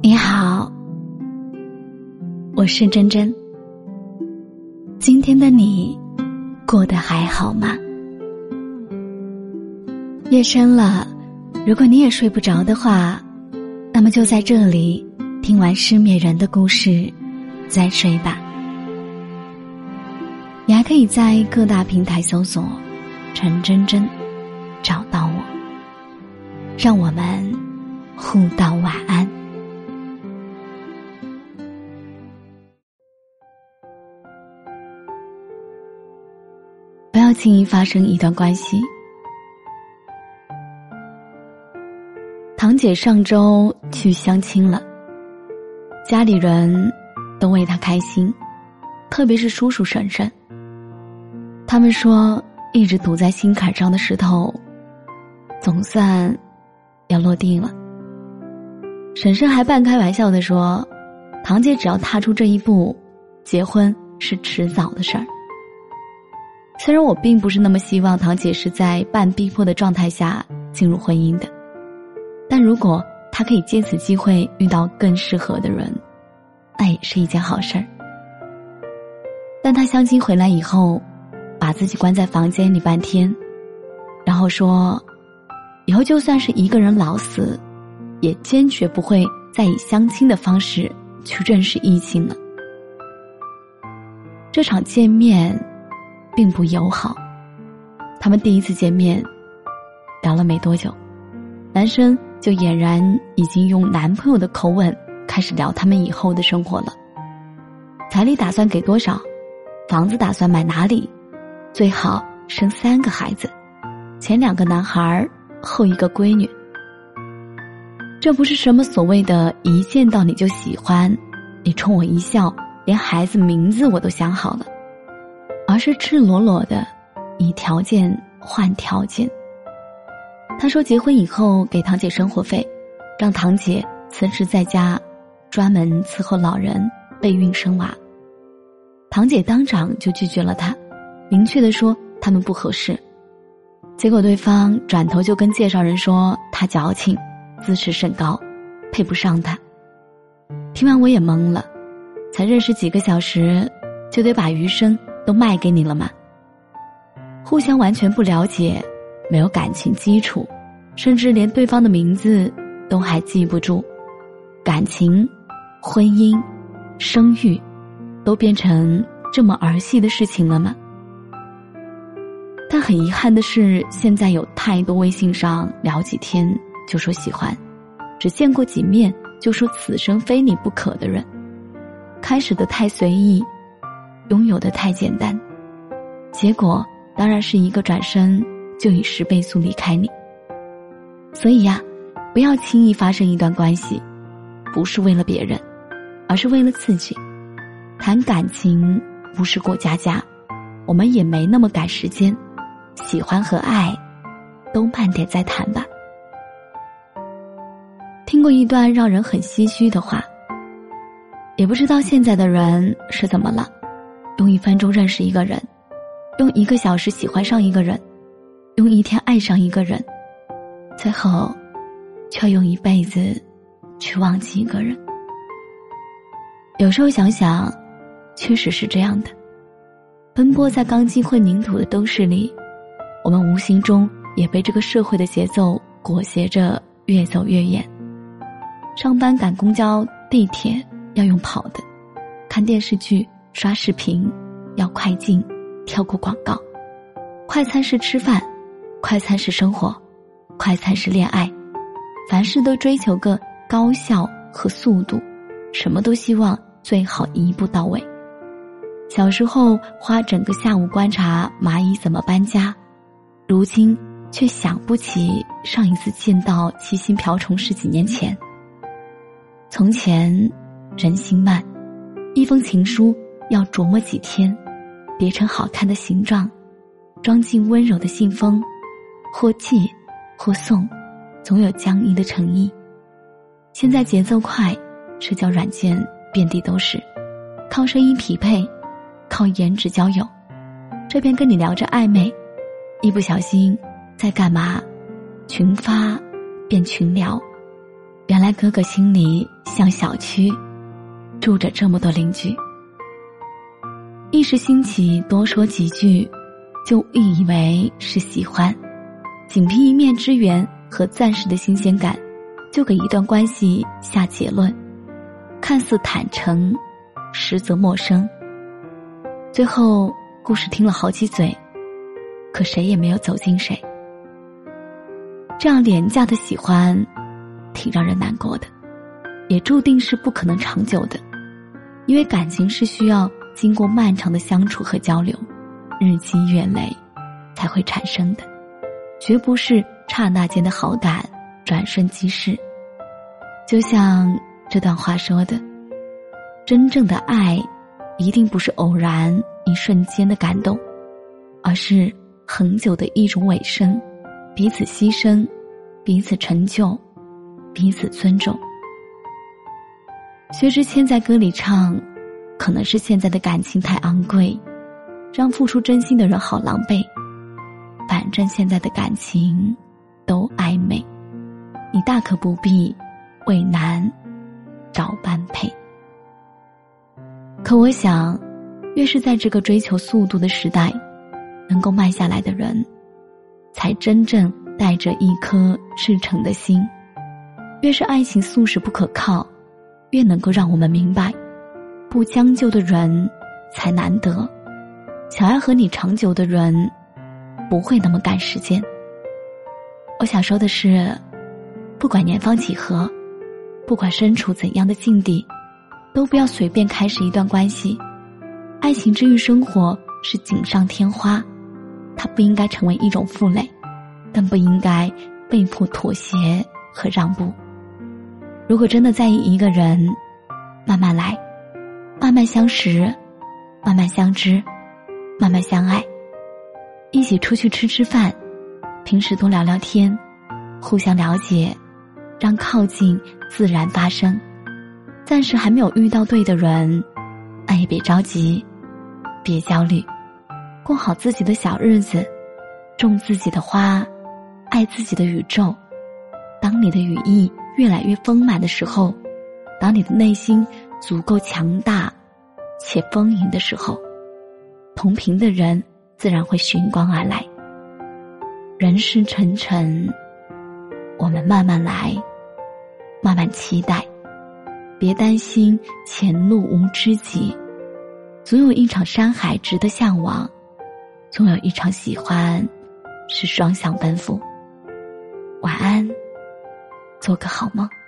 你好，我是珍珍。今天的你过得还好吗？夜深了，如果你也睡不着的话，那么就在这里听完失眠人的故事再睡吧。你还可以在各大平台搜索陈珍珍找到我，让我们互道晚安。不要轻易发生一段关系。堂姐上周去相亲了，家里人都为她开心，特别是叔叔婶婶。他们说一直堵在心坎上的石头总算要落地了。婶婶还半开玩笑地说，堂姐只要踏出这一步，结婚是迟早的事儿。虽然我并不是那么希望堂姐是在半逼迫的状态下进入婚姻的，但如果她可以借此机会遇到更适合的人，那也是一件好事儿。但她相亲回来以后，把自己关在房间里半天，然后说以后就算是一个人老死，也坚决不会再以相亲的方式去认识异性了。这场见面并不友好，他们第一次见面聊了没多久，男生就俨然已经用男朋友的口吻开始聊他们以后的生活了。彩礼打算给多少，房子打算买哪里，最好生3个孩子，前2个男孩，后1个闺女。这不是什么所谓的一见到你就喜欢，你冲我一笑，连孩子名字我都想好了，而是赤裸裸的以条件换条件。他说结婚以后给堂姐生活费，让堂姐辞职在家专门伺候老人备孕生娃。堂姐当场就拒绝了他，明确地说他们不合适。结果对方转头就跟介绍人说他矫情，自视甚高，配不上他。听完我也懵了，才认识几个小时就得把余生都卖给你了吗？互相完全不了解，没有感情基础，甚至连对方的名字都还记不住，感情、婚姻、生育都变成这么儿戏的事情了吗？但很遗憾的是，现在有太多微信上聊几天就说喜欢，只见过几面就说此生非你不可的人，开始的太随意，拥有的太简单，结果当然是一个转身就以10倍速离开你。所以呀，不要轻易发生一段关系，不是为了别人，而是为了自己。谈感情不是过家家，我们也没那么赶时间，喜欢和爱都慢点再谈吧。听过一段让人很唏嘘的话，也不知道现在的人是怎么了，用1分钟认识一个人，用1个小时喜欢上一个人，用1天爱上一个人，最后却用1辈子去忘记一个人。有时候想想，确实是这样的。奔波在钢筋混凝土的都市里，我们无形中也被这个社会的节奏裹挟着越走越远。上班赶公交地铁要用跑的，看电视剧刷视频要快进跳过广告。快餐是吃饭，快餐是生活，快餐是恋爱，凡事都追求个高效和速度，什么都希望最好一步到位。小时候花整个下午观察蚂蚁怎么搬家，如今却想不起上一次见到七星瓢虫是几年前。从前人心慢，一封情书要琢磨几天，别成好看的形状，装进温柔的信封，或寄或送，总有将一的诚意。现在节奏快，社交软件遍地都是，靠声音匹配，靠颜值交友。这边跟你聊着暧昧，一不小心在干嘛，群发变群聊，原原来哥哥心里像小区住着这么多邻居。一时兴起多说几句，就误以为是喜欢，仅凭一面之缘和暂时的新鲜感，就给一段关系下结论，看似坦诚，实则陌生。最后故事听了好几嘴，可谁也没有走进谁。这样廉价的喜欢挺让人难过的，也注定是不可能长久的。因为感情是需要经过漫长的相处和交流，日积月累才会产生的，绝不是刹那间的好感转瞬即逝。就像这段话说的，真正的爱一定不是偶然一瞬间的感动，而是恒久的一种尾声，彼此牺牲，彼此成就，彼此尊重。薛之谦在歌里唱，可能是现在的感情太昂贵，让付出真心的人好狼狈，反正现在的感情都暧昧，你大可不必为难找般配。可我想，越是在这个追求速度的时代，能够慢下来的人，才真正带着一颗赤诚的心。越是爱情速食不可靠，越能够让我们明白，不将就的人才难得，想要和你长久的人不会那么赶时间。我想说的是，不管年芳几何，不管身处怎样的境地，都不要随便开始一段关系。爱情之于生活是锦上添花，它不应该成为一种负累，更不应该被迫妥协和让步。如果真的在意一个人，慢慢来，慢慢相识，慢慢相知，慢慢相爱，一起出去吃吃饭，平时多聊聊天，互相了解，让靠近自然发生。暂时还没有遇到对的人，那也别着急，别焦虑，过好自己的小日子，种自己的花，爱自己的宇宙。当你的羽翼越来越丰满的时候，当你的内心足够强大且丰盈的时候，同频的人自然会寻光而来。人世沉沉，我们慢慢来，慢慢期待，别担心前路无知己，总有一场山海值得向往，总有一场喜欢是双向奔赴。晚安，做个好梦。